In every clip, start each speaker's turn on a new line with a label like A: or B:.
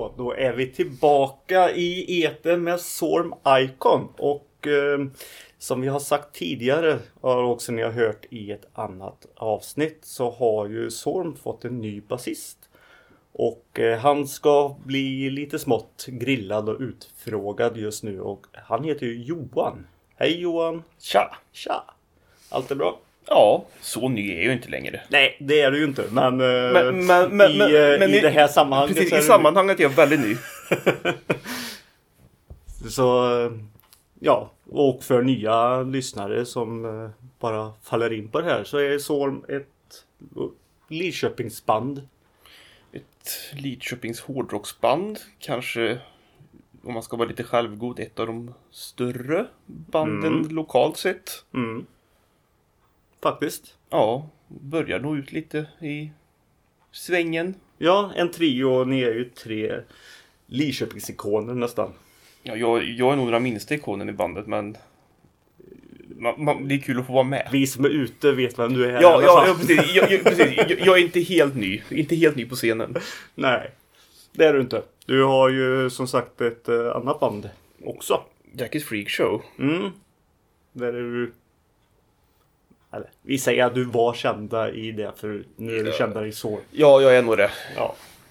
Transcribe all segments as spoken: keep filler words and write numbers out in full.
A: så, då är vi tillbaka i etern med Storm Icon. Och eh, som vi har sagt tidigare, och också ni har hört i ett annat avsnitt, så har ju Storm fått en ny basist. Och eh, han ska bli lite smått grillad och utfrågad just nu. Och han heter ju Johan. Hej Johan!
B: Tja!
A: Tja! Allt är bra?
B: Ja, så ny är jag ju inte längre.
A: Nej, det är du ju inte. Men,
B: men, men, men
A: i,
B: men, men
A: i det här sammanhanget...
B: Precis,
A: är
B: i
A: du...
B: sammanhanget är jag väldigt ny.
A: Så, ja. Och för nya lyssnare som bara faller in på det här, så är Storm ett Lidköpingsband.
B: Ett Lidköpings hårdrocksband. Kanske, om man ska vara lite självgod, ett av de större banden mm. lokalt sett.
A: Mm. Faktiskt.
B: Ja, börjar nå ut lite i svängen.
A: Ja, en trio och ni är ju tre Lidköpingsikoner nästan.
B: Ja, jag, jag är nog den minsta ikonen i bandet, men man, man, det är kul att få vara med.
A: Vi som är ute vet vem du är.
B: Ja, ja, ja precis. Jag, jag, precis. Jag, jag är inte helt ny. Inte helt ny på scenen.
A: Nej, det är du inte. Du har ju som sagt ett uh, annat band också.
B: Jackie's Freak Show.
A: Mm. Där är du... Eller, vi säger att du var kända i det, för nu är du ja. kända i så.
B: Ja, jag är nog det.
A: Ja.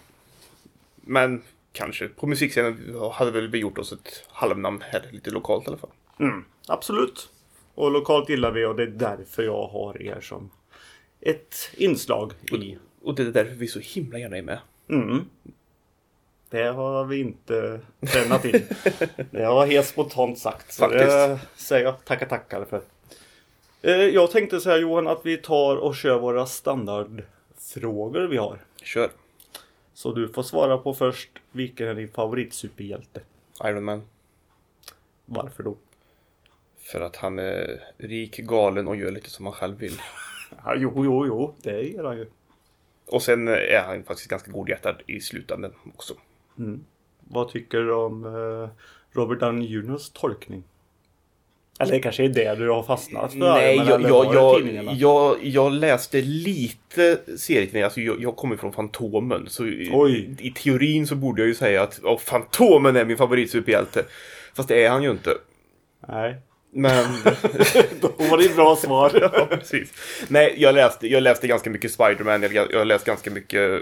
B: Men kanske. På musikscenen hade väl vi gjort oss ett halvnamn här, lite lokalt i alla fall.
A: Mm, absolut. Och lokalt gillar vi, och det är därför jag har er som ett inslag i.
B: Och, och det är därför vi så himla gärna är med.
A: Mm. Det har vi inte tränat in. Det har helt spontant sagt. Så
B: faktiskt.
A: Det säger jag tacka tackar för. Jag tänkte säga Johan att vi tar och kör våra standardfrågor vi har.
B: Kör.
A: Så du får svara på först, vilken är din favoritsuperhjälte?
B: Iron Man.
A: Varför då?
B: För att han är rik, galen och gör lite som han själv vill.
A: Ja, jo, jo, jo. Det gör han ju.
B: Och sen är han faktiskt ganska godhjärtad i slutändan också.
A: Mm. Vad tycker du om eh, Robert Downey juniors tolkning? Eller det kanske är det du har fastnat för.
B: Nej, jag, jag, jag, jag, jag läste lite serietidningar. Alltså jag, jag kommer från Fantomen. Så i, i teorin så borde jag ju säga att oh, Fantomen är min favoritsuperhjälte. Fast det är han ju inte.
A: Nej.
B: Men
A: då var det ett bra svar.
B: Ja, precis. Nej, jag läste, jag läste ganska mycket Spider-Man. Jag, jag har läst ganska mycket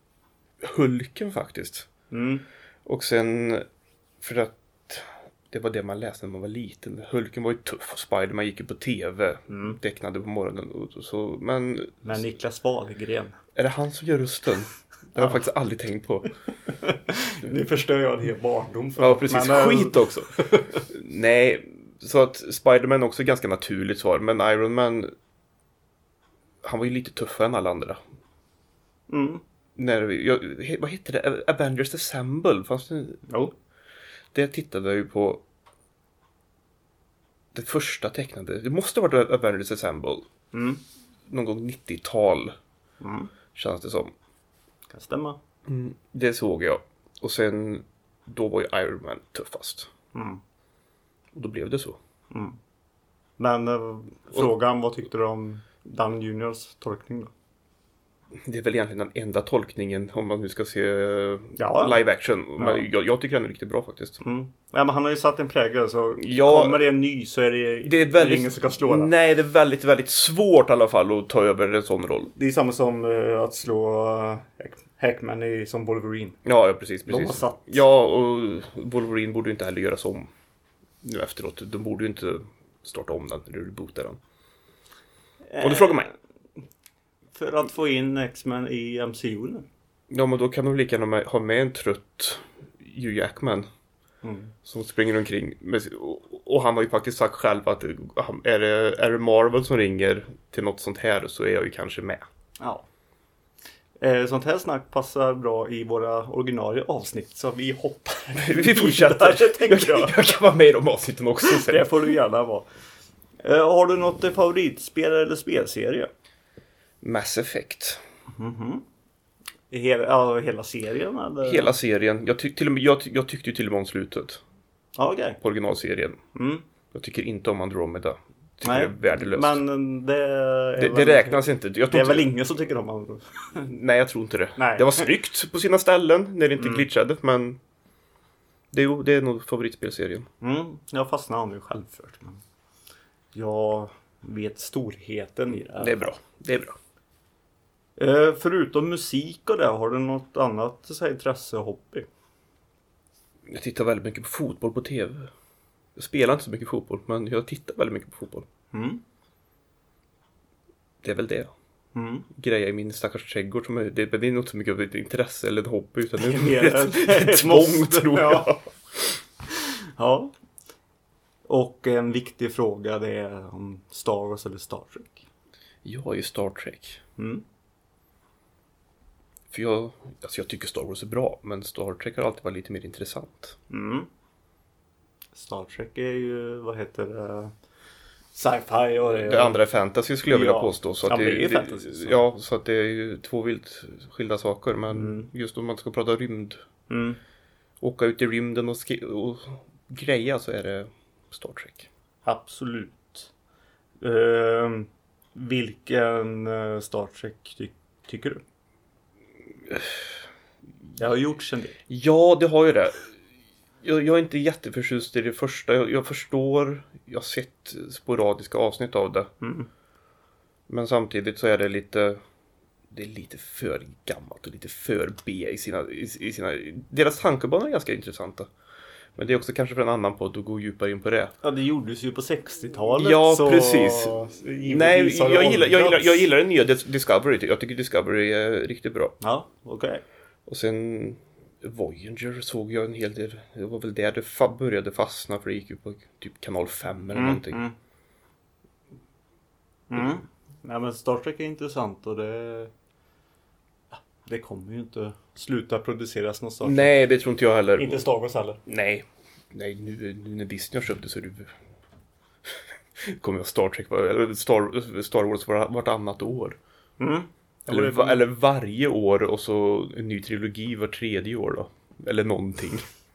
B: Hulken faktiskt.
A: Mm.
B: Och sen för att det var det man läste när man var liten. Hulken var ju tuff och Spider-Man gick ju på tv. Mm. Tecknade på morgonen. Och så, men,
A: men Niklas Wahlgren.
B: Är det han som gör rösten? Det har jag faktiskt aldrig tänkt på.
A: Nu förstör jag en hel barndom.
B: För. Ja, precis. Men, skit också. Nej, så att Spider-Man också är ganska naturligt svar. Men Iron Man, han var ju lite tuffare än alla andra.
A: Mm.
B: När vi, jag, vad heter det? Avengers Assemble. Fast det,
A: jo.
B: Det tittade jag ju på det första tecknade. Det måste ha varit Avengers Assemble.
A: Mm.
B: Någon gång nittiotal.
A: Mm.
B: Känns det som.
A: Kan stämma.
B: Mm. Det såg jag. Och sen då var ju Iron Man tuffast.
A: Mm.
B: Och då blev det så.
A: Mm. Men äh, frågan, och, vad tyckte du om Downey juniors tolkning då?
B: Det är väl egentligen den enda tolkningen om man nu ska se
A: ja.
B: live action. Ja. Jag, jag tycker den är riktigt bra faktiskt.
A: Mm. Ja, men han har ju satt en prägel, så
B: ja,
A: kommer det en ny så är det,
B: det är väldigt,
A: ingen som kan slå den.
B: Nej, det är väldigt, väldigt svårt i alla fall att ta över en sån roll.
A: Det är samma som uh, att slå uh, Hackman i, som Wolverine.
B: Ja, ja precis. precis.
A: De har satt.
B: Ja, och Wolverine borde ju inte heller göras om nu efteråt. De borde ju inte starta om den eller reboota den. Och du
A: äh...
B: frågar mig.
A: För att få in X-Men i M C U nu.
B: Ja, men då kan de lika gärna ha med en trött Hugh Jackman. Mm. Som springer omkring. Och han har ju faktiskt sagt själv att är det, är det Marvel som ringer till något sånt här, så är jag ju kanske med.
A: Ja. Sånt här snack passar bra i våra ordinarie avsnitt. Så vi hoppar.
B: Vi fortsätter. jag, jag. jag kan vara med i de avsnitten också. Sen.
A: Det får du gärna vara. Har du något favoritspel eller spelserie?
B: Mass Effect.
A: Mm-hmm. Hela, ja, hela serien? Eller?
B: Hela serien. Jag, tyck, till och med, jag, jag tyckte ju till och med om slutet.
A: Okay.
B: På originalserien.
A: Mm.
B: Jag tycker inte om Andromeda. tycker
A: Nej,
B: det är värdelöst.
A: Men det, är
B: det,
A: väl,
B: det räknas inte. Jag tror
A: det är
B: inte
A: väl ingen som tycker om honom.
B: Nej, jag tror inte det.
A: Nej.
B: Det var snyggt på sina ställen när det inte
A: Mm.
B: glitchade, men det är, det är nog favoritspelserien.
A: Mm, jag fastnade aldrig självfört. Men jag vet storheten i det.
B: Det är bra. Det är bra.
A: Eh, förutom musik och det, har du något annat så här, intresse och hobby?
B: Jag tittar väldigt mycket på fotboll på tv. Jag spelar inte så mycket fotboll, men jag tittar väldigt mycket på fotboll.
A: Mm.
B: Det är väl det.
A: Mm.
B: Grejer i min stackars trädgård som är, det, det är inte så mycket av ett intresse eller ett hobby, utan det är
A: mer
B: ett,
A: ett
B: ett tvång,
A: måste,
B: tror jag.
A: ja. Ja. Och en viktig fråga, det är om Star Wars eller Star Trek.
B: Jag är ju Star Trek.
A: Mm.
B: För jag, alltså jag tycker Star Wars är bra, men Star Trek har alltid varit lite mer intressant.
A: Mm. Star Trek är ju, vad heter det, sci-fi och det,
B: Det andra är fantasy skulle jag vilja
A: Ja.
B: påstå. Så
A: Ja,
B: att
A: men
B: det,
A: det är ju
B: det,
A: fantasy, så.
B: Ja, så att det är ju två vilt skilda saker. Men
A: Mm.
B: just om man ska prata rymd,
A: Mm.
B: åka ut i rymden och, sk- och greja, så är det Star Trek.
A: Absolut. Ehm, vilken eh, Star Trek ty- tycker du? Det har gjorts en del.
B: Ja, det har ju det. Jag, jag är inte jätteförtjust i det första. Jag, jag förstår, jag har sett sporadiska avsnitt av det.
A: Mm.
B: Men samtidigt så är det lite, det är lite för gammalt och lite för B i sina, i, i sina, deras tankebanor är ganska intressanta. Men det är också kanske för en annan podd att gå djupare in på det.
A: Ja, det gjordes ju på sextiotalet.
B: Ja,
A: så...
B: precis. Nej,
A: givetvis har det
B: jag gillar, jag, gillar,
A: åldrats.
B: jag gillar den nya Dis- Discovery. Jag tycker Discovery är riktigt bra.
A: Ja, okej.
B: Och sen Voyager såg jag en hel del. Det var väl där det fa- började fastna, för det gick ju på typ kanal fem eller
A: Mm,
B: någonting.
A: mm. Mm. Nej, men Star Trek är intressant och det... ja, det kommer ju inte sluta produceras någon Star Trek.
B: Nej, det tror inte jag heller.
A: Inte Star Wars heller.
B: Nej. Nej, nu, nu när Disney har köpt det så är det... kommer jag Star Trek, eller Star, Star Wars var, vartannat år.
A: Mm.
B: Eller,
A: det-
B: va, eller varje år och så en ny trilogi var tredje år då. Eller någonting.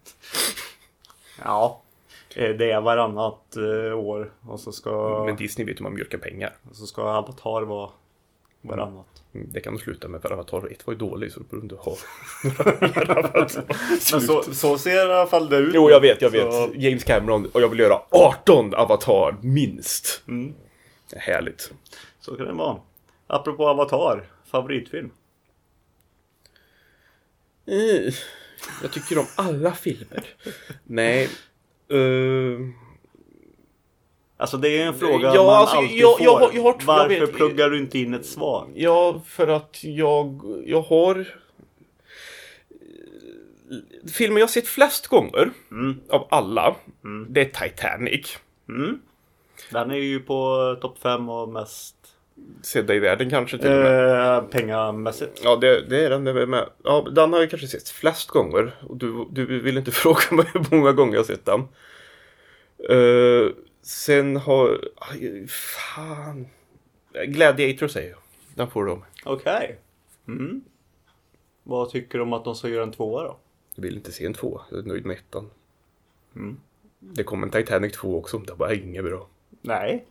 A: Ja. Eh, Det är varannat eh, år. Och så ska,
B: Men Disney vet hur man mjölkar pengar.
A: och så ska Avatar vara varannat.
B: Mm, Det kan de sluta med, för Avatar ett var ju dålig, så då borde du inte ha några mer Avatar.
A: Men så, så ser i alla fall det ut.
B: Jo, jag vet, jag vet.
A: Så,
B: James Cameron, och jag vill göra arton Avatar, minst.
A: mm,
B: Det är härligt.
A: så kan det vara. Apropå Avatar, favoritfilm.
B: Mm. Jag tycker om alla filmer. Nej. Uh...
A: Alltså det är en fråga
B: Ja,
A: man
B: alltså,
A: alltid
B: jag-
A: får.
B: jag har- jag har- jag
A: Varför
B: vet-
A: pluggar du inte in ett svar?
B: Ja, för att jag, jag har... Filmer jag sett flest gånger,
A: Mm.
B: av alla,
A: Mm.
B: det är Titanic.
A: Mm. Den är ju på topp fem och mest
B: Sedda i världen kanske till och med.
A: eh, pengamässigt.
B: Ja, det, det är den där med. Ja, den har jag kanske sett flest gånger. Och du, du vill inte fråga mig hur många gånger jag har sett den. Uh, sen har... aj, Fan... Gladiator säger jag. Den får de.
A: Okej. Mm. Vad tycker du om att de ska göra en tvåa då?
B: Jag vill inte se en två. Jag är nöjd med ettan.
A: Mm.
B: Det kommer en Titanic två också. Det var inget bra.
A: Nej.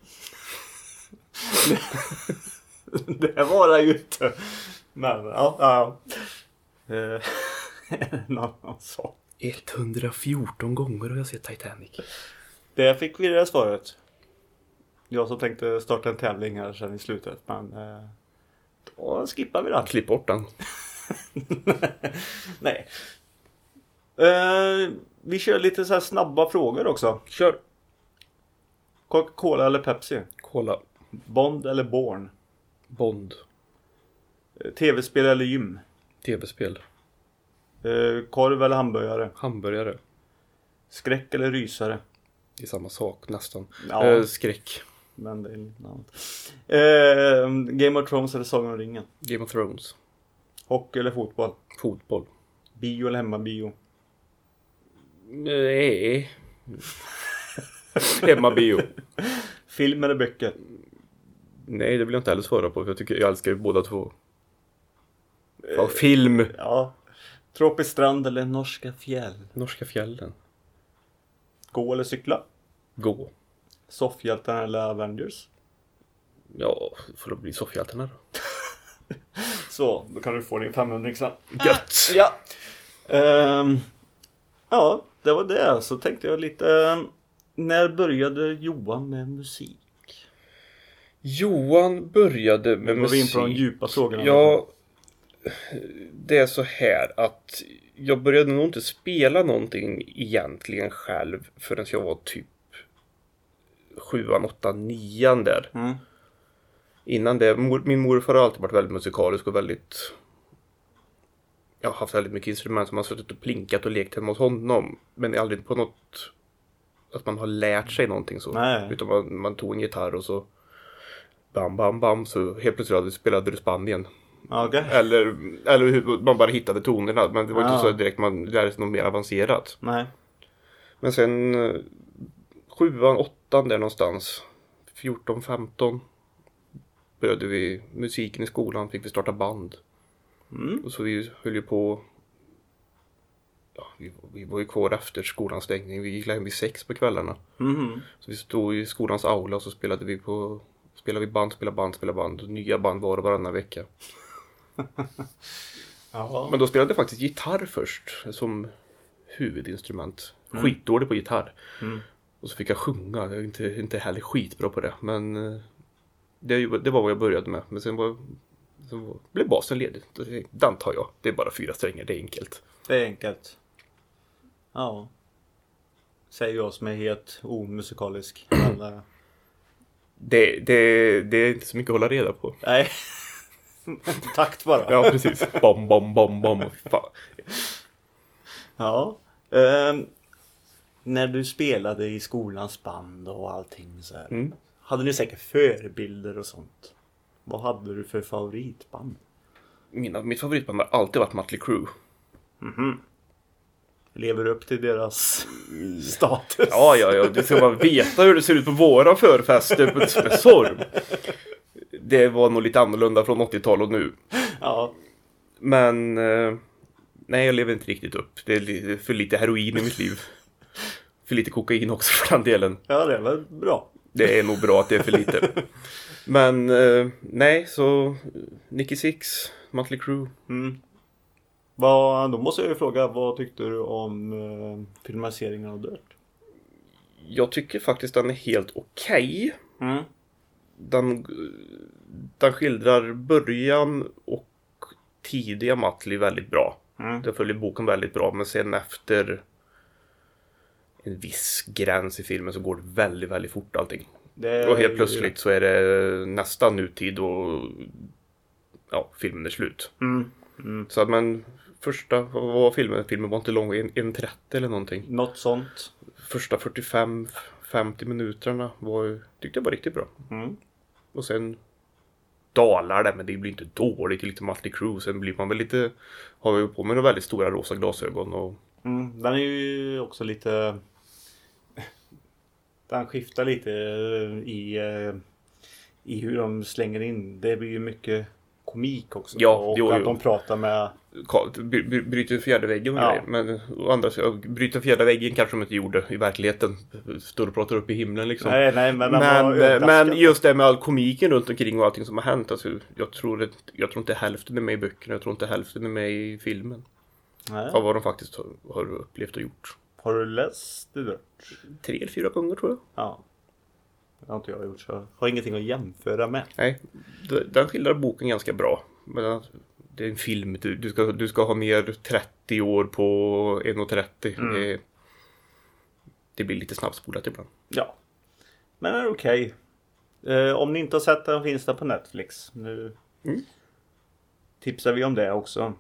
A: Det var det ju inte. Men ja, ja. Eh, en annan sak.
B: etthundrafjorton gånger har jag sett Titanic.
A: Det fick vi det svaret. Jag som tänkte starta en tävling här sen i slutet. Men eh, då skippar vi den.
B: Klipp bort den.
A: Nej. Eh, vi kör lite så här snabba frågor också.
B: Kör.
A: Coca-Cola eller Pepsi?
B: Cola.
A: Bond eller Bourne?
B: Bond.
A: Eh, Tv-spel eller gym?
B: Tv-spel.
A: Eh, korv eller hamburgare?
B: Hamburgare.
A: Skräck eller rysare?
B: Det är samma sak nästan.
A: Ja.
B: Eh, skräck.
A: Men det är lite annat. Eh, Game of Thrones eller Sagan om ringen?
B: Game of Thrones.
A: Hockey eller fotboll?
B: Fotboll.
A: Bio eller hemmabio?
B: Nej. Hemmabio.
A: Film eller böcker?
B: Nej, det vill jag inte heller svara på. För jag tycker jag älskar ju båda två. Ja, film.
A: Ja. Tropisk strand eller norska fjäll?
B: Norska fjällen.
A: Gå eller cykla?
B: Gå.
A: Soffhjältarna eller Avengers?
B: Ja, får det bli soffhjältarna då.
A: Så, då kan du få din femhundring sen.
B: Gött!
A: Ja. Um, ja, det var det. Så tänkte jag lite... Um, när började Johan med musik?
B: Johan började med musik.
A: Vi in på de djupa frågorna.
B: Ja, det är så här att jag började nog inte spela någonting egentligen själv förrän jag var typ sjuan, åttan, nian där.
A: Mm.
B: Innan det, mor, min morfar har alltid varit väldigt musikalisk och väldigt... Jag har haft väldigt mycket instrument som har suttit och plinkat och lekt hemma hos honom. Men aldrig på något... Att man har lärt sig någonting så.
A: Nej.
B: Utan man, man tog en gitarr och så... Bam, bam, bam. Så helt plötsligt spelade du Spanien.
A: Okay.
B: Eller, eller hur man bara hittade tonerna. Men det var
A: ja.
B: inte så direkt man lärde sig något mer avancerat.
A: Nej.
B: Men sen... Sjuan, åttan där någonstans. fjorton, femton. Började vi musiken i skolan. Fick vi starta band.
A: Mm.
B: Och så vi höll ju på... Ja, vi, vi var ju kvar efter skolans stängning. Vi gick hem vid sex på kvällarna.
A: Mm.
B: Så vi stod i skolans aula och så spelade vi på... Spelade vi band, spelade band, spelade band. Och nya band var och varannan vecka. Men då spelade jag faktiskt gitarr först. Som huvudinstrument.
A: Mm.
B: Skitdålig på gitarr.
A: Mm. Och
B: så fick jag sjunga. Jag är inte, inte heller skitbra på det. Men det, det var vad jag började med. Men sen var... Så blev basen ledig. Den tar jag. Det är bara fyra strängar, det är enkelt.
A: Det är enkelt. Ja. Säger jag som är helt omusikalisk. Alla...
B: det, det, det är inte så mycket att hålla reda på.
A: Nej. Takt bara.
B: Ja, precis. Bom, bom, bom, bom. Fan.
A: Ja. Um, när du spelade i skolans band och allting så här. Mm. Hade ni säkert förebilder och sånt? Vad hade du för favoritband?
B: Mina, mitt favoritband har alltid varit Mötley Crüe.
A: Mhm. Lever upp till deras status.
B: Ja, ja, ja. Du ska bara veta hur det ser ut på våra förfester med Sorm. Det var nog lite annorlunda från åttiotalet nu.
A: Ja.
B: Men eh, nej, jag lever inte riktigt upp. Det är för lite heroin i mitt liv. För lite kokain också för den delen.
A: Ja, det är väl bra.
B: Det är nog bra att det är för lite. Men eh, nej, så Nicky Six, Mötley Crüe.
A: Mm. Vad, då måste jag ju fråga, vad tyckte du om uh, filmatiseringen av Dirt?
B: Jag tycker faktiskt den är helt okej. Okay.
A: Mm.
B: Den, den skildrar början och tidiga Mötley väldigt bra.
A: Mm.
B: Den följer boken väldigt bra, men sen efter en viss gräns i filmen så går det väldigt, väldigt fort allting. Det... Och helt plötsligt så är det nästan nutid och ja, filmen är slut.
A: Mm. Mm.
B: Så att man första, vad var filmen? Filmen var inte lång, en, en trettio eller någonting.
A: Något sånt.
B: Första fyrtiofem femtio minuterna var, tyckte jag var riktigt bra.
A: Mm.
B: Och sen dalar det, men det blir inte dåligt. Det är lite Mötley Crüe. Sen blir man väl lite, har ju på med några väldigt stora rosa glasögon. Och...
A: Mm, den är ju också lite... Den skiftar lite i, i hur de slänger in. Det blir ju mycket komik också.
B: Ja,
A: och
B: jo,
A: att
B: jo.
A: de pratar med...
B: Bryter fjärde väggen med
A: ja.
B: grejer. Men å andra sidan, bryter fjärde väggen kanske de inte gjorde i verkligheten. Står och pratar upp i himlen liksom.
A: Nej, nej, men,
B: men, men just det med all komiken runt omkring och allting som har hänt. Alltså, jag, tror, jag tror inte hälften är med i böckerna. Jag tror inte hälften är med i filmen.
A: Nej.
B: Av vad de faktiskt har, har upplevt och gjort.
A: Har du läst det?
B: Tre eller fyra gånger tror jag.
A: Ja. Det har inte jag gjort, så jag har ingenting att jämföra med.
B: Nej, den skildrar boken ganska bra. Men det är en film, du, du, ska, du ska ha mer trettio år på en komma trettio. Mm. Det, det blir lite snabbspolat ibland.
A: Ja, men det är okej. Okay. Eh, om ni inte har sett den finns det på Netflix. Nu mm. tipsar vi om det också.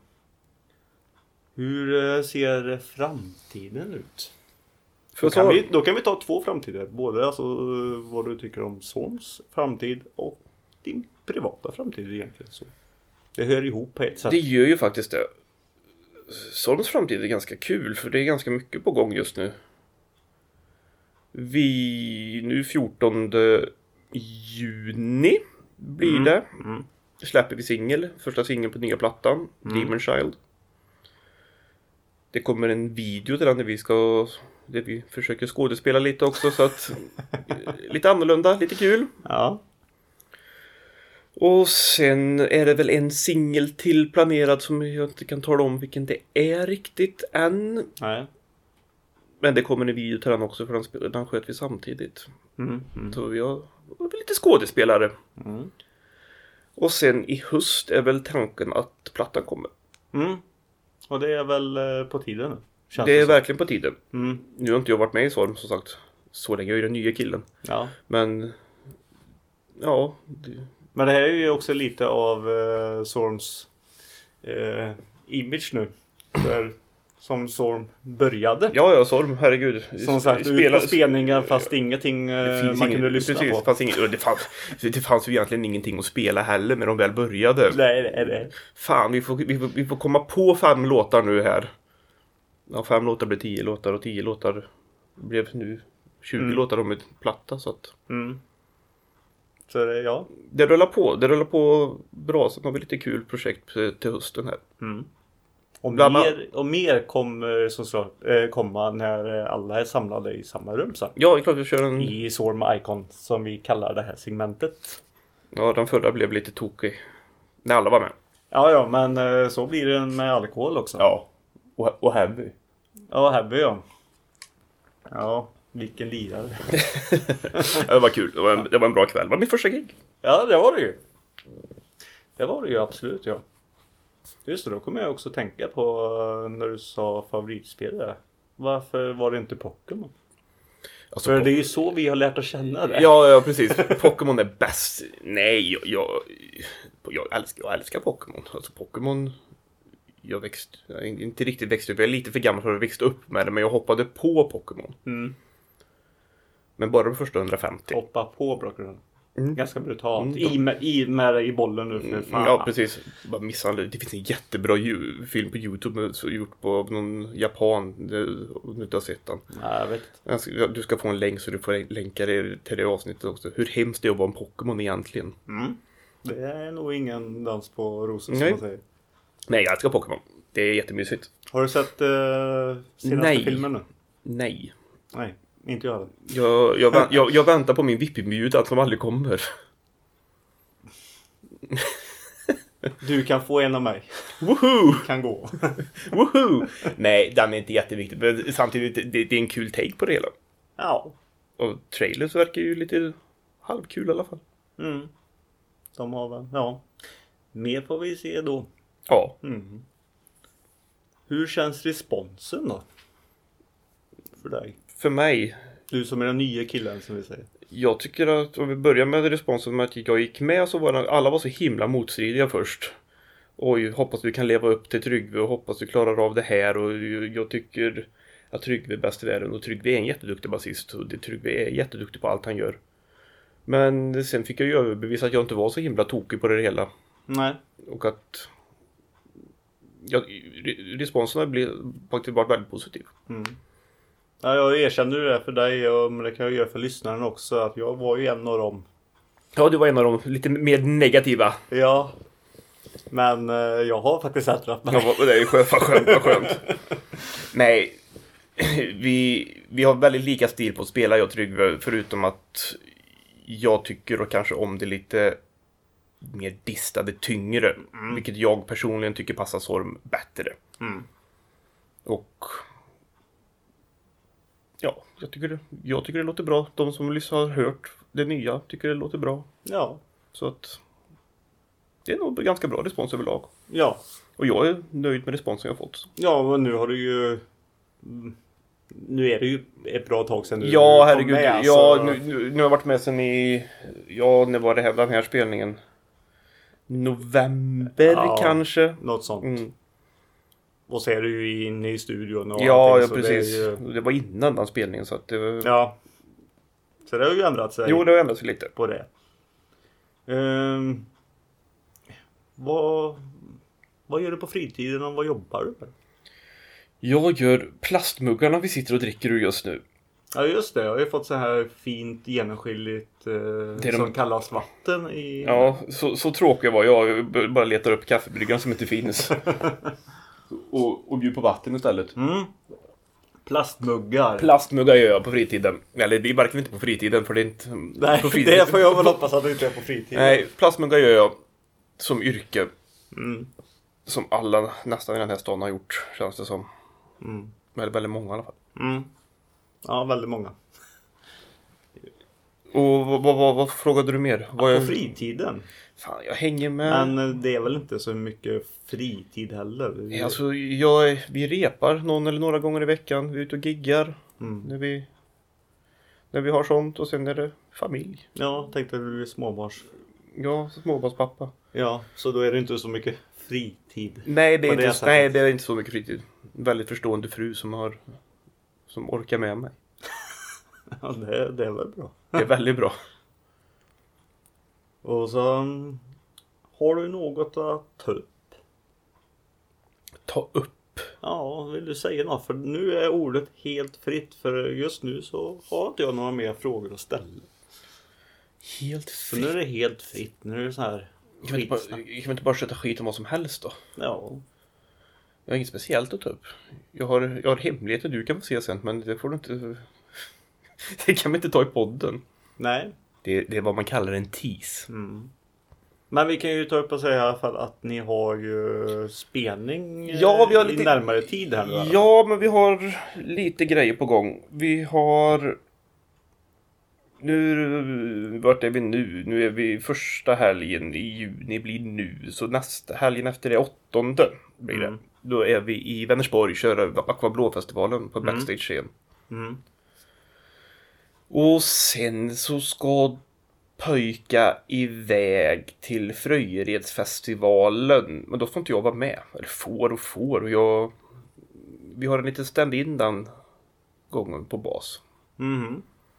A: Hur ser framtiden ut? Då kan, vi, då kan vi ta två framtider. Både alltså vad du tycker om Sons framtid och din privata framtid egentligen. Så det hör ihop på ett sätt.
B: Det gör ju faktiskt det. Sons framtid är ganska kul för det är ganska mycket på gång just nu. Vi nu fjortonde juni blir mm. det. Mm. Släpper vi singel. Första singeln på nya plattan. Mm. Demon Child. Det kommer en video till den där vi ska det vi försöker skådespela lite också, så att lite annorlunda, lite kul.
A: Ja.
B: Och sen är det väl en singel till planerad som jag inte kan tala om vilken det är riktigt än.
A: Nej.
B: Men det kommer en video till den också, för den, den sköt vi samtidigt.
A: Mm. Mm.
B: Så vi har, vi är lite skådespelare.
A: Mm.
B: Och sen i höst är väl tanken att plattan kommer.
A: Mm. Och det är väl eh, på tiden nu?
B: Känns det är det verkligen på tiden.
A: Mm.
B: Nu har inte jag varit med i Sorm, som sagt. Så länge jag är den nya killen.
A: Ja.
B: Men ja. Det...
A: Men det här är ju också lite av eh, Sorms eh, image nu. För, som Sorm började.
B: Ja, ja, Sorm, herregud.
A: Som sagt, Spela... ut på spelningar fast ingenting eh, man
B: ingen,
A: kunde lyssna
B: precis,
A: på.
B: Fanns ingen, det, fanns, det fanns ju egentligen ingenting att spela heller när de väl började.
A: Nej, nej, nej.
B: Fan, vi får, vi, får, vi får komma på fem låtar nu här. Ja, fem låtar blir tio låtar och tio låtar blev nu tjugo mm. låtar om ett platta, så att...
A: Mm. Så det, ja.
B: Det rullar på, det rullar på bra, så har vi lite kul projekt till hösten här.
A: Mm. Och, mer, och mer kommer som så, eh, komma när alla är samlade i samma rum sen.
B: Ja, det är klart vi kör en...
A: I Sorm Icon, som vi kallar det här segmentet.
B: Ja, den förra blev lite tokig. När alla var med.
A: Ja, ja, men eh, så blir det med alkohol också.
B: Ja, och, och heavy.
A: Ja, heavy, ja. Ja, vilken lirare.
B: Ja, det var kul, det var, en, det var en bra kväll. Det var min första gig.
A: Ja, det var det ju. Det var det ju absolut, ja. Just det, då kommer jag också tänka på när du sa favoritspelare. Varför var det inte Pokémon? Alltså, För po- det är ju så vi har lärt att känna det.
B: Ja, ja, precis. Pokémon är bäst. Nej, jag, jag, jag, älskar, jag älskar Pokémon. Alltså Pokémon... Jag växte, jag är inte riktigt växt upp. Jag är lite för gammal för att växa upp med det. Men jag hoppade på Pokémon.
A: Mm.
B: Men bara de första hundrafemtio.
A: Hoppa på Pokémon. Mm. Ganska brutalt.
B: Mm.
A: I, med, I med dig i bollen nu för fan.
B: Ja, precis. Bara misshandel. Det finns en jättebra ju- film på YouTube med, så gjort på någon japan. Om du inte har sett den.
A: Ja, jag vet.
B: Alltså, du ska få en länk så du får länka till det avsnittet också. Hur hemskt det är att vara en Pokémon egentligen.
A: Mm. Det är nog ingen dans på rosor som
B: Nej.
A: man säger.
B: Nej, jag älskar Pokémon. Det är jättemysigt.
A: Har du sett uh, senaste
B: Nej.
A: filmen nu?
B: Nej.
A: Nej, inte jag.
B: Jag, jag, vä- jag, jag väntar på min V I P-inbjudan som aldrig kommer.
A: Du kan få en av mig.
B: Woohoo!
A: Kan gå.
B: Woohoo! Nej, den är inte jätteviktig. Men samtidigt, det, det är en kul take på det hela.
A: Ja.
B: Och trailers verkar ju lite halvkul i alla fall.
A: Mm. De har väl, ja. Mer får vi se då.
B: Ja.
A: Mm. Hur känns responsen då? För dig?
B: För mig...
A: Du som är den nya killen som vi säger.
B: Jag tycker att om vi börjar med responsen med att jag gick med så var det, alla var så himla motstridiga först. Oj, hoppas du kan leva upp till Tryggve och hoppas du klarar av det här. Och jag tycker att Tryggve är bäst i världen och Tryggve är en jätteduktig basist. Och det, Tryggve är jätteduktig på allt han gör. Men sen fick jag ju överbevisa att jag inte var så himla tokig på det hela.
A: Nej.
B: Och att ja, responsen har faktiskt varit väldigt positiv.
A: Mm. Ja, jag erkänner det för dig, och men det kan jag göra för lyssnaren också, att jag var ju en av dem.
B: Ja, du var en av dem lite mer negativa.
A: Ja. Men eh, jag har faktiskt ändrat mig.
B: Ja, det är ju skönt, vad skönt, vad skönt. Nej, vi, vi har väldigt lika stil på att spela, jag och Tryggve, förutom att jag tycker och kanske om det lite mer distade, tyngre. Mm. Vilket jag personligen tycker passar Sorm bättre.
A: Mm.
B: Och ja, jag tycker, det, jag tycker det låter bra. De som lyssnar har hört det nya tycker det låter bra.
A: Ja.
B: Så att det är nog ganska bra respons överlag.
A: Ja.
B: Och jag är nöjd med responsen jag har fått.
A: Ja, men nu har du ju... Nu är det ju ett bra tag sedan du
B: ja, herregud,
A: kom med.
B: Ja,
A: så...
B: nu, nu, nu har jag varit med sedan i... Ja, när var det här, den här spelningen? November
A: ja,
B: kanske?
A: Något sånt.
B: Mm.
A: Och så är du ju inne i studion och
B: ja,
A: allting,
B: ja, precis.
A: Det,
B: ju...
A: ju...
B: det var innan den spelningen så att det var...
A: Ja. Så det har ju ändrat sig.
B: Jo, det har ändrat sig lite.
A: På det. Um, vad, vad gör du på fritiden och vad jobbar du med?
B: Jag gör plastmuggarna vi sitter och dricker ur just nu.
A: Ja, just det. Jag har ju fått så här fint genomskinligt eh,
B: det
A: som
B: de...
A: kallas vatten i...
B: Ja, så, så tråkig var jag. Jag bara letar upp kaffebryggan som inte finns. och, och bjuder på vatten istället.
A: Mm. Plastmuggar.
B: Plastmuggar gör jag på fritiden. Eller det är verkligen inte på fritiden, för det är inte
A: Nej,
B: på fritiden.
A: det får jag väl hoppas att det inte är på fritiden.
B: Nej, plastmuggar gör jag som yrke.
A: Mm.
B: Som alla nästan i den här stan har gjort, känns det som.
A: Mm.
B: Väldigt, väldigt många i alla fall.
A: Mm. Ja, väldigt många.
B: Och vad, vad, vad, vad frågade du mer? Vad
A: På
B: jag...
A: fritiden.
B: Fan, jag hänger med.
A: Men det är väl inte så mycket fritid heller.
B: Ja, alltså, jag, vi repar någon eller några gånger i veckan. Vi är ute och giggar.
A: Mm.
B: När, vi, när vi har sånt. Och sen är det familj.
A: Ja, tänkte du är småbarns.
B: Ja, småbarnspappa.
A: Ja, så då är det inte så mycket fritid.
B: Nej, det är,
A: det
B: inte, nej, det är inte så mycket fritid. Väldigt förstående fru som har som orkar med mig.
A: Ja, det, det är väl bra.
B: Det är väldigt bra.
A: Och så um, har du något att ta upp?
B: Ta upp.
A: Ja, vill du säga något? För nu är ordet helt fritt. För just nu så har inte jag några mer frågor att ställa.
B: Helt
A: Så
B: fritt.
A: nu är det helt fritt. Nu är det så här
B: Kan vi inte bara, kan vi inte bara sköta skit om vad som helst då?
A: Ja.
B: Jag har inget speciellt att ta upp. Jag har, jag har hemligheter du kan få se sen, men det får du inte... Det kan vi inte ta i podden.
A: Nej.
B: Det, det är vad man kallar en tease.
A: Mm. Men vi kan ju ta upp och säga i alla fall att ni har ju spelning
B: Ja, vi har lite...
A: i närmare tid här nu.
B: Ja, men vi har lite grejer på gång. Vi har... Nu, vart är vi nu? Nu är vi första helgen i juni blir nu. Så nästa helgen efter det åttonde blir det.
A: Mm.
B: Då är vi i Vänersborg, kör Aqua Blå-festivalen på backstage-scen.
A: Mm.
B: Och sen så ska pöjka iväg till Fröjeredsfestivalen. Men då får inte jag vara med. Eller får och får. Och jag... Vi har en liten stand-in den gången på bas.
A: Mm.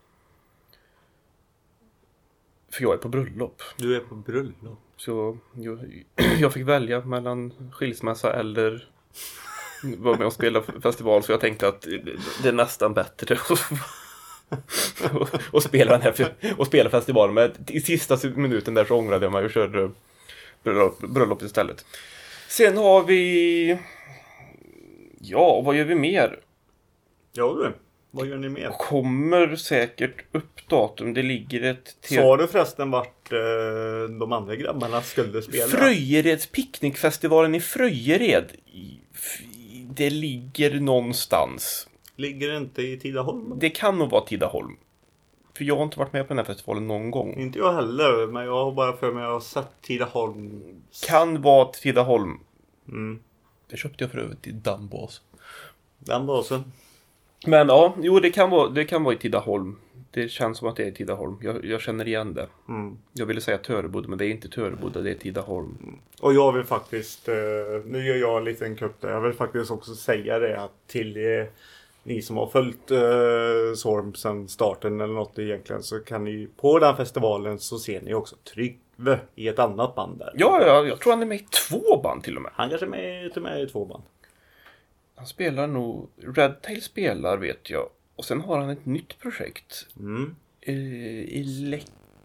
B: För jag är på bröllop.
A: Du är på bröllop.
B: Så jag, jag fick välja mellan skilsmässa eller vara med och spela festival. Så jag tänkte att det är nästan bättre och, och spela den här och spela festivalen. Men i sista minuten där så ångrade jag mig och körde bröllop, bröllop istället. Sen har vi... Ja, vad gör vi mer?
A: Ja du, vad gör ni mer?
B: Kommer säkert upp datum. Det ligger ett... Te-
A: Sa du förresten vart eh, de andra grabbarna skulle spela?
B: Fröjereds picknickfestivalen i Fröjered. Det ligger någonstans.
A: Ligger det inte i Tidaholm?
B: Det kan nog vara Tidaholm. För jag har inte varit med på den här festivalen någon gång.
A: Inte jag heller, men jag har bara för mig att jag har sett Tidaholm.
B: Kan vara Tidaholm.
A: Mm.
B: Det köpte jag för övrigt i Dambås.
A: Den basen.
B: Men ja, jo det kan vara, det kan vara i Tidaholm. Det känns som att det är i Tidaholm. Jag, jag känner igen det.
A: Mm.
B: Jag ville säga Töreboda, men det är inte Töreboda, det är Tidaholm.
A: Mm. Och jag vill faktiskt, eh, nu gör jag en liten kupp där. Jag vill faktiskt också säga det att till eh, ni som har följt eh, Sorm sedan starten eller något egentligen, så kan ni på den festivalen så ser ni också Tryggve i ett annat band där.
B: Ja, ja, jag tror han är med i två band till och med.
A: Han kanske är med, till med i två band.
B: Han spelar nog... Redtail spelar vet jag. Och sen har han ett nytt projekt.
A: Mm.
B: Uh, ele...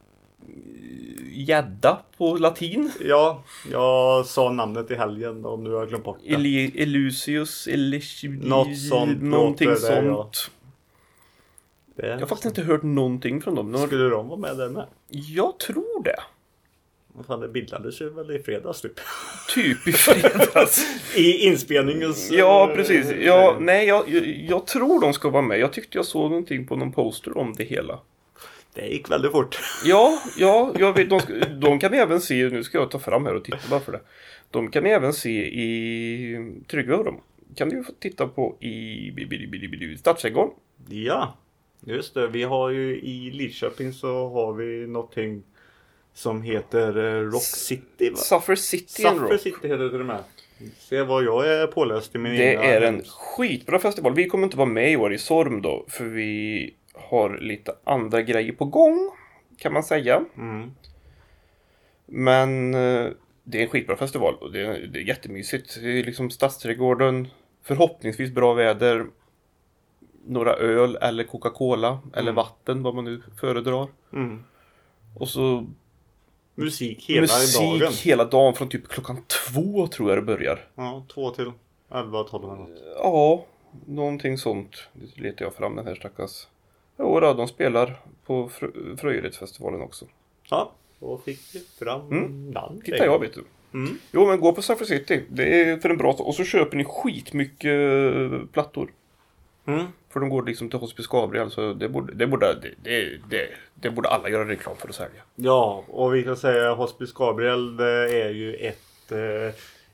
B: Gädda på latin.
A: Ja, jag sa namnet i helgen och nu har jag glömt bort det.
B: Eli- Elusius, Elish...
A: Något sånt
B: Någonting
A: låter det,
B: sånt.
A: Det
B: Jag har faktiskt inte hört någonting från dem.
A: Skulle de vara med där med?
B: Jag tror det.
A: Vad fan, det bildades ju väl i fredags typ.
B: Typ i fredags.
A: I inspelningen.
B: Ja, precis. Ja, nej, jag, jag, jag tror de ska vara med. Jag tyckte jag såg någonting på någon poster om det hela.
A: Det gick väldigt fort.
B: Ja, ja jag vet, de, ska, de kan även se, nu ska jag ta fram här och titta bara för det. De kan även se i Tryggve och dem. Kan du få titta på i Stadsträdgården.
A: Ja, just det. Vi har ju i Lidköping så har vi någonting som heter Rock City, va?
B: Suffer City
A: Suffer
B: Rock.
A: City heter det med. Se vad jag är påläst i min
B: Det
A: egna
B: är en
A: hem.
B: skitbra festival. Vi kommer inte vara med i år i Sorm då, för vi har lite andra grejer på gång, kan man säga.
A: Mm.
B: Men eh, det är en skitbra festival och det är, det är jättemysigt. Det är liksom Stadsträdgården, förhoppningsvis bra väder, några öl eller Coca-Cola eller
A: Mm.
B: vatten, vad man nu föredrar.
A: Mm.
B: Och så
A: Musik hela
B: musik
A: dagen.
B: hela dagen från typ klockan två tror jag det börjar.
A: Ja, två till elva, tolv eller något.
B: Ja, någonting sånt. Det letar jag fram den här stackars. Jo då, de spelar på Frö- Fröjeredsfestivalen också.
A: Ja, då fick vi fram
B: Mm.
A: namn.
B: Titta jag vet du.
A: Mm.
B: Jo men gå på Suffer City. Det är för en bra sak. Och så köper ni skitmycket eh, plattor.
A: Mm.
B: För de går liksom till Hospice Gabriel. Så det borde, det, borde, det, det, det, det borde alla göra reklam för att sälja.
A: Ja, och vi kan säga Hospice Gabriel, det är ju ett eh, eh,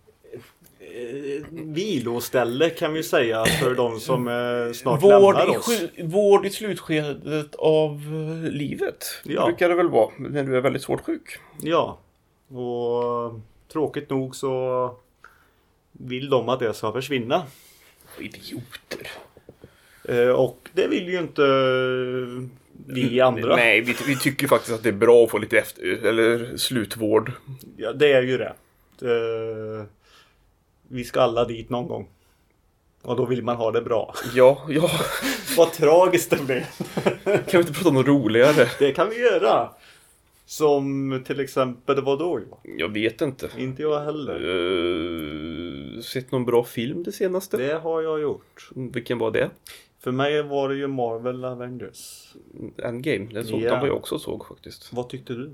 A: viloställe kan vi säga för de som eh, snart
B: Vård
A: lämnar
B: i,
A: oss.
B: sju, vård i slutskedet av eh, livet.
A: Ja.
B: Det brukar det väl vara när du är väldigt svårt sjuk.
A: Ja, och tråkigt nog så vill de att det ska försvinna.
B: Idioter.
A: Eh, och det vill ju inte vi andra.
B: Nej, vi, vi tycker faktiskt att det är bra att få lite efter, eller slutvård.
A: Ja, det är ju rätt. Eh, vi ska alla dit någon gång. Och då vill man ha det bra.
B: Ja, ja.
A: Vad tragiskt det blir.
B: Kan vi inte prata om något roligare?
A: Det kan vi göra. Som till exempel, vad då?
B: Jag vet inte.
A: Inte jag heller.
B: Uh, sett någon bra film det senaste?
A: Det har jag gjort.
B: Vilken var det?
A: För mig var det ju Marvel Avengers.
B: Endgame, den, såg,
A: Ja.
B: den var jag också såg faktiskt.
A: Vad tyckte du?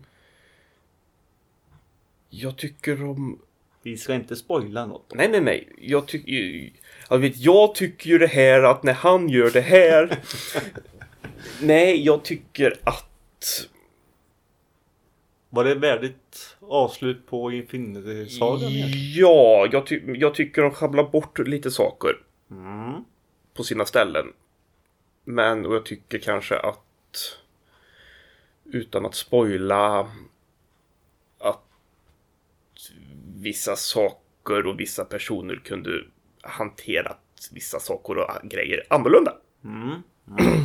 B: Jag tycker om...
A: Vi ska inte spoila något.
B: Nej, nej, nej. Jag tycker jag vet, jag tycker ju det här att när han gör det här... nej, jag tycker att...
A: Var det värdigt avslut på Infinity-sagan?
B: Ja, jag, ty- jag tycker de schabblar bort lite saker
A: Mm.
B: på sina ställen. Men och jag tycker kanske att utan att spoila att vissa saker och vissa personer kunde hanterat vissa saker och grejer annorlunda.
A: Mm. Mm.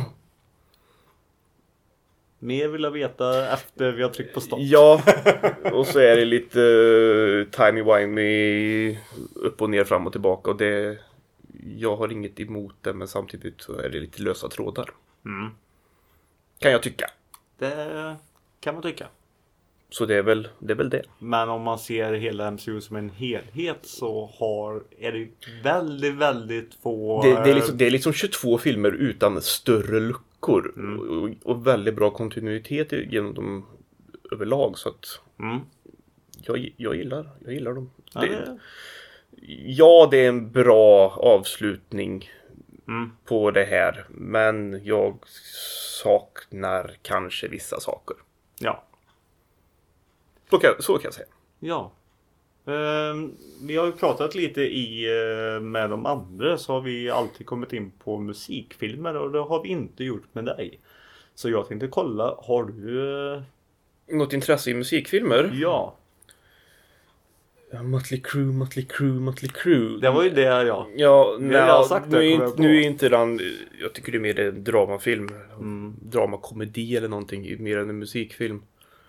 A: Mer vill jag veta efter vi har tryckt på stopp.
B: Ja, och så är det lite uh, timey-wimey upp och ner, fram och tillbaka. Och det, jag har inget emot det, men samtidigt så är det lite lösa trådar.
A: Mm.
B: Kan jag tycka.
A: Det kan man tycka.
B: Så det är väl det. Är väl det.
A: Men om man ser hela M C U som en helhet så har, är det väldigt, väldigt få...
B: Det, det, är liksom, det är liksom tjugotvå filmer utan större luckor.
A: Mm.
B: Och, och väldigt bra kontinuitet genom dem överlag. Så att
A: Mm.
B: jag, jag, gillar, jag gillar dem.
A: Ja,
B: Det,
A: det...
B: ja, det är en bra avslutning
A: Mm.
B: på det här. Men jag saknar kanske vissa saker.
A: Ja.
B: Så kan, så kan jag säga.
A: Ja. Ehm, vi har ju pratat lite i eh, med de andra, så har vi alltid kommit in på musikfilmer och det har vi inte gjort med dig. Så jag tänkte kolla, har du... Eh...
B: Något intresse i musikfilmer?
A: Ja,
B: Ja, Mötley Crüe, Mötley Crüe, Mötley Crüe.
A: det var ju det ja.
B: Ja,
A: Det har jag sagt det,
B: nu, är
A: kommer jag
B: inte,
A: på.
B: nu är inte den... Jag tycker det är mer en dramafilm.
A: Mm.
B: Dramakomedi eller någonting. Mer än en musikfilm.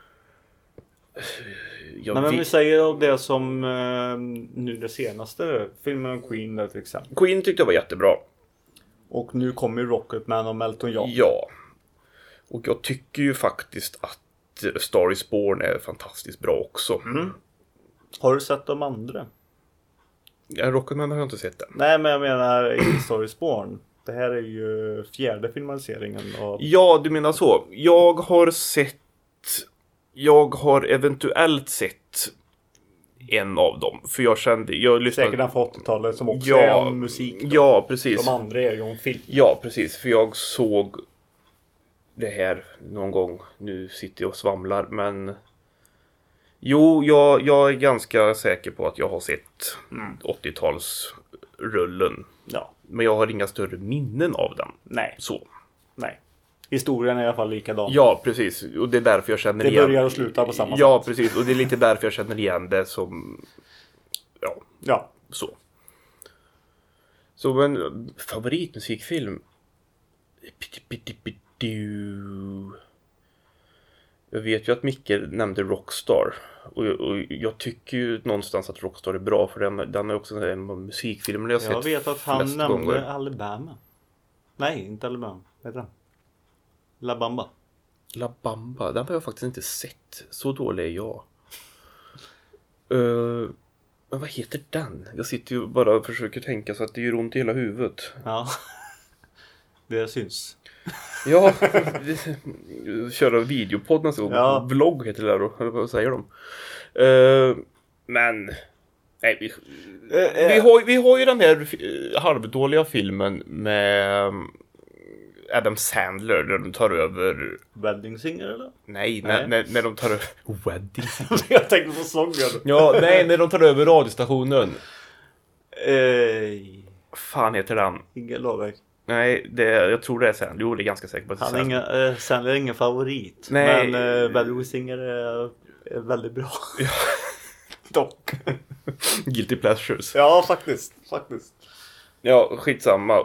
B: Jag
A: Men om vi
B: vet-
A: säger det som eh, nu det senaste filmen om Queen där till exempel.
B: Queen tyckte jag var jättebra.
A: Och nu kommer ju Rocketman och Elton John.
B: Ja. Och jag tycker ju faktiskt att A Star Is Born är fantastiskt bra också.
A: Mm. Har du sett de andra?
B: Ja, Rocketman har jag inte sett den.
A: Nej, men jag menar i Star Is Born. Det här är ju fjärde filmatiseringen av...
B: Ja, du menar så. Jag har sett... Jag har eventuellt sett en av dem. För jag kände... Jag lyssnade...
A: Säkert den från åttiotalet som också
B: Ja,
A: är om musik. Då.
B: Ja, precis.
A: De andra är ju om film.
B: Ja, precis. För jag såg det här någon gång. Nu sitter jag och svamlar, men... Jo, jag, jag är ganska säker på att jag har sett
A: Mm.
B: åttiotalsrullen.
A: Ja,
B: Men jag har inga större minnen av den.
A: nej,
B: Så.
A: nej. Historien är i alla fall likadan.
B: Ja, precis. Och det är därför jag känner
A: Det
B: igen...
A: börjar och slutar på samma
B: Ja,
A: sätt.
B: precis. Och det är lite därför jag känner igen det som... Ja,
A: Ja.
B: så. Så men favoritmusikfilm? Jag vet ju att Micke nämnde Rockstar. Och, och jag tycker ju någonstans att Rockstar är bra. För den, den är också en av musikfilmerna jag har
A: Jag
B: sett
A: vet att han
B: flest
A: nämnde
B: gånger.
A: Alabama. Nej, inte Alabama. Vad heter den? La Bamba.
B: La Bamba, den har jag faktiskt inte sett. Så dålig är jag. Uh, Men vad heter den? Jag sitter ju bara och försöker tänka så att det gör ont i hela huvudet.
A: Ja. Det syns.
B: Ja, köra videopodd nästa gång.
A: Ja.
B: Vlogg heter det där då, eller vad säger de? Uh, men nej, vi, uh, uh. Vi, har, vi har ju den här uh, halvdåliga filmen med Adam Sandler där de tar över
A: Wedding Singer eller?
B: Nej, nej. När, när, när de tar över Wedding Singer.
A: Jag tänkte på sången.
B: Ja, nej, när de tar över radiostationen.
A: Eh,
B: fan heter den?
A: Ingen Lovek.
B: Nej, det, jag tror det är Sandler. Jo, det är ganska säkert på att
A: Han är inga, eh, Sandler är ingen favorit.
B: Nej.
A: Men eh, Wedding Singer är, är väldigt bra.
B: Ja.
A: Dock.
B: Guilty pleasures.
A: Ja, faktiskt. Faktiskt.
B: Ja, skitsamma.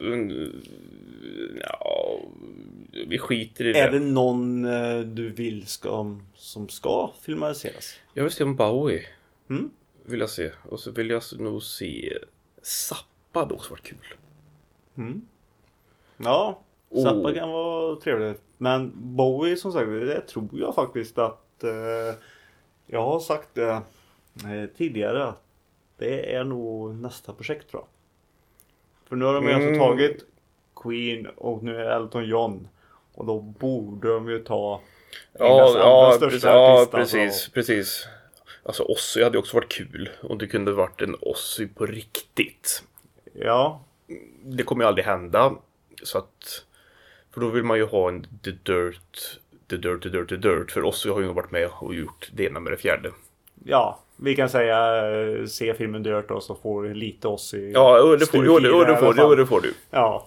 B: Ja, vi skiter i det.
A: Är det någon eh, du vill ska, som ska filmatiseras?
B: Jag vill se om Bowie.
A: Mm?
B: Vill jag se. Och så vill jag nog se Zappa då, så var kul.
A: Mm. Ja,
B: oh.
A: Zappa kan vara trevligt. Men Bowie som sagt, det tror jag faktiskt att eh, jag har sagt det eh, tidigare. Det är nog nästa projekt tror jag. För nu har de ju mm. alltså tagit Queen och nu är Elton John. Och då borde de ju ta
B: ja, ja,
A: största
B: ja
A: artist,
B: precis,
A: alltså.
B: precis. Alltså Ozzy hade också varit kul om det kunde varit en Ozzy på riktigt.
A: Ja.
B: Det kommer ju aldrig hända. Så att, för då vill man ju ha en The Dirt, The Dirt, The Dirt, The Dirt. För Ozzy har ju nog varit med och gjort det ena med det fjärde.
A: Ja, vi kan säga se filmen Dirt och så får du lite Ozzy.
B: Ja, det får, jo, det, jo, det, får, jo, det får du.
A: Ja.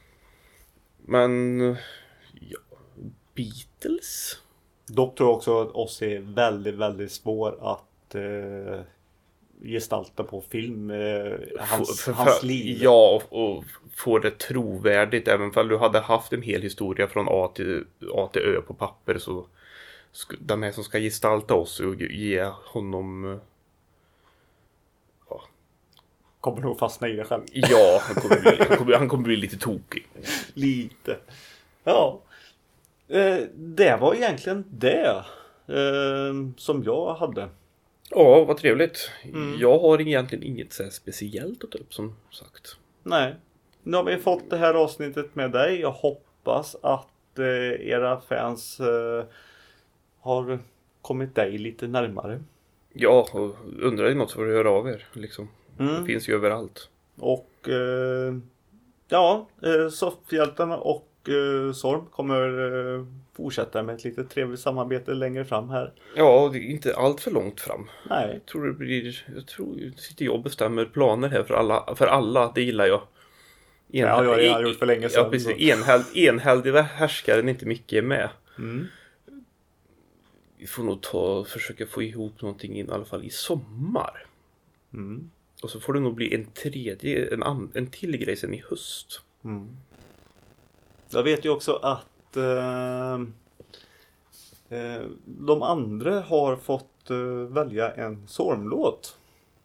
B: Men ja, Beatles.
A: Dock tror jag också att Ozzy är väldigt, väldigt svår att eh, gestalta på film. Eh, hans,
B: för, för,
A: hans liv.
B: Ja, och, och få det trovärdigt. Även om du hade haft en hel historia från A till, A till Ö på papper så de här som ska gestalta oss och ge honom ja.
A: Kommer nog fastna i det själv.
B: Ja, han kommer bli, han kommer, han kommer bli lite tokig.
A: Lite. Ja. Eh, det var egentligen det eh, som jag hade.
B: Ja, vad trevligt.
A: Mm.
B: Jag har egentligen inget så här speciellt att ta upp som sagt.
A: Nej. Nu har vi fått det här avsnittet med dig. Jag hoppas att eh, era fans eh, har kommit dig lite närmare.
B: Ja, och undrar ni något så får du höra av er. Liksom.
A: Mm.
B: Det finns ju överallt.
A: Och eh, ja, eh, Soffhjältarna och eh, Sorm kommer eh, fortsätta med ett lite trevligt samarbete längre fram här.
B: Ja, det är inte allt för långt fram.
A: Nej.
B: Jag tror det blir, jag tror sitter jag och bestämmer planer här för alla, för alla, det gillar jag.
A: En, ja, jag har gjort för länge sedan.
B: Ja, precis. Enhäld, enhäldiga härskaren inte mycket är med.
A: Mm.
B: Vi får nog ta försöka få ihop någonting in, i alla fall i sommar.
A: Mm.
B: Och så får det nog bli en tredje, en, en till grej sen i höst.
A: Mm. Jag vet ju också att eh, eh, de andra har fått eh, välja en Sormlåt.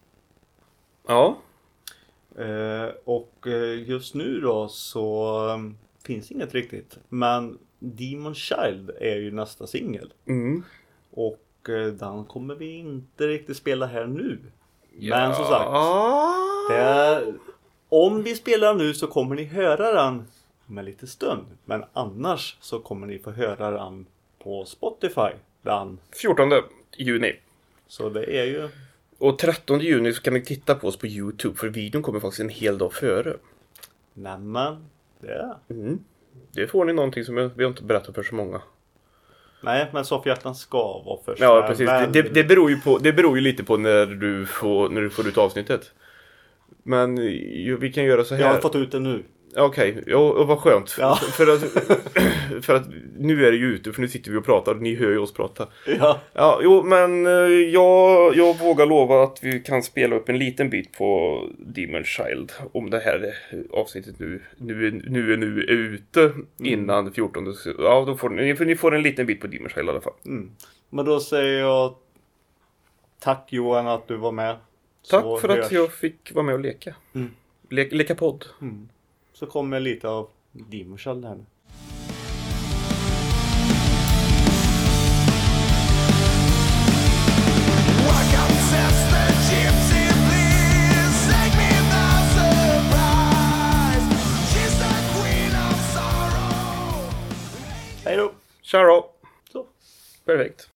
B: Ja.
A: Eh, och eh, just nu då så eh, finns inget riktigt. Men Demon Child är ju nästa singel.
B: Mm.
A: Och eh, den kommer vi inte riktigt spela här nu.
B: Ja.
A: Men som sagt, det är, om vi spelar nu så kommer ni höra den med lite stund. Men annars så kommer ni få höra den på Spotify. Den.
B: fjortonde juni.
A: Så det är ju...
B: Och trettonde juni så kan ni titta på oss på YouTube. För videon kommer faktiskt en hel dag före.
A: Nämen, det är...
B: Mm. Det får ni någonting som vi har inte berättat för så många.
A: Nej, men Soffhjärtan ska vara först.
B: Ja, precis. Men... Det, det, beror ju på, det beror ju lite på när du får, när du får ut avsnittet. Men ju, vi kan göra så här.
A: Jag har fått ut det nu.
B: Okej, okay. Ja, och vad skönt.
A: Ja.
B: För, att, för att nu är det ju ute, för nu sitter vi och pratar och ni hör ju oss prata.
A: Ja.
B: Ja, jo, men jag, jag vågar lova att vi kan spela upp en liten bit på Demon Child. Om det här avsnittet nu, nu, nu är nu är ute innan mm. fjortonde. Ja, då får ni, för ni får en liten bit på Demon Child i alla fall.
A: Mm. Men då säger jag tack Johan att du var med.
B: Tack
A: så
B: för
A: hörs.
B: att jag fick vara med och leka.
A: Mm.
B: Le- leka podd.
A: Mm. Så kommer lite av Demon Child här nu.
C: Welcome, sister gypsy.
B: Tja då!
A: Så.
B: Perfekt.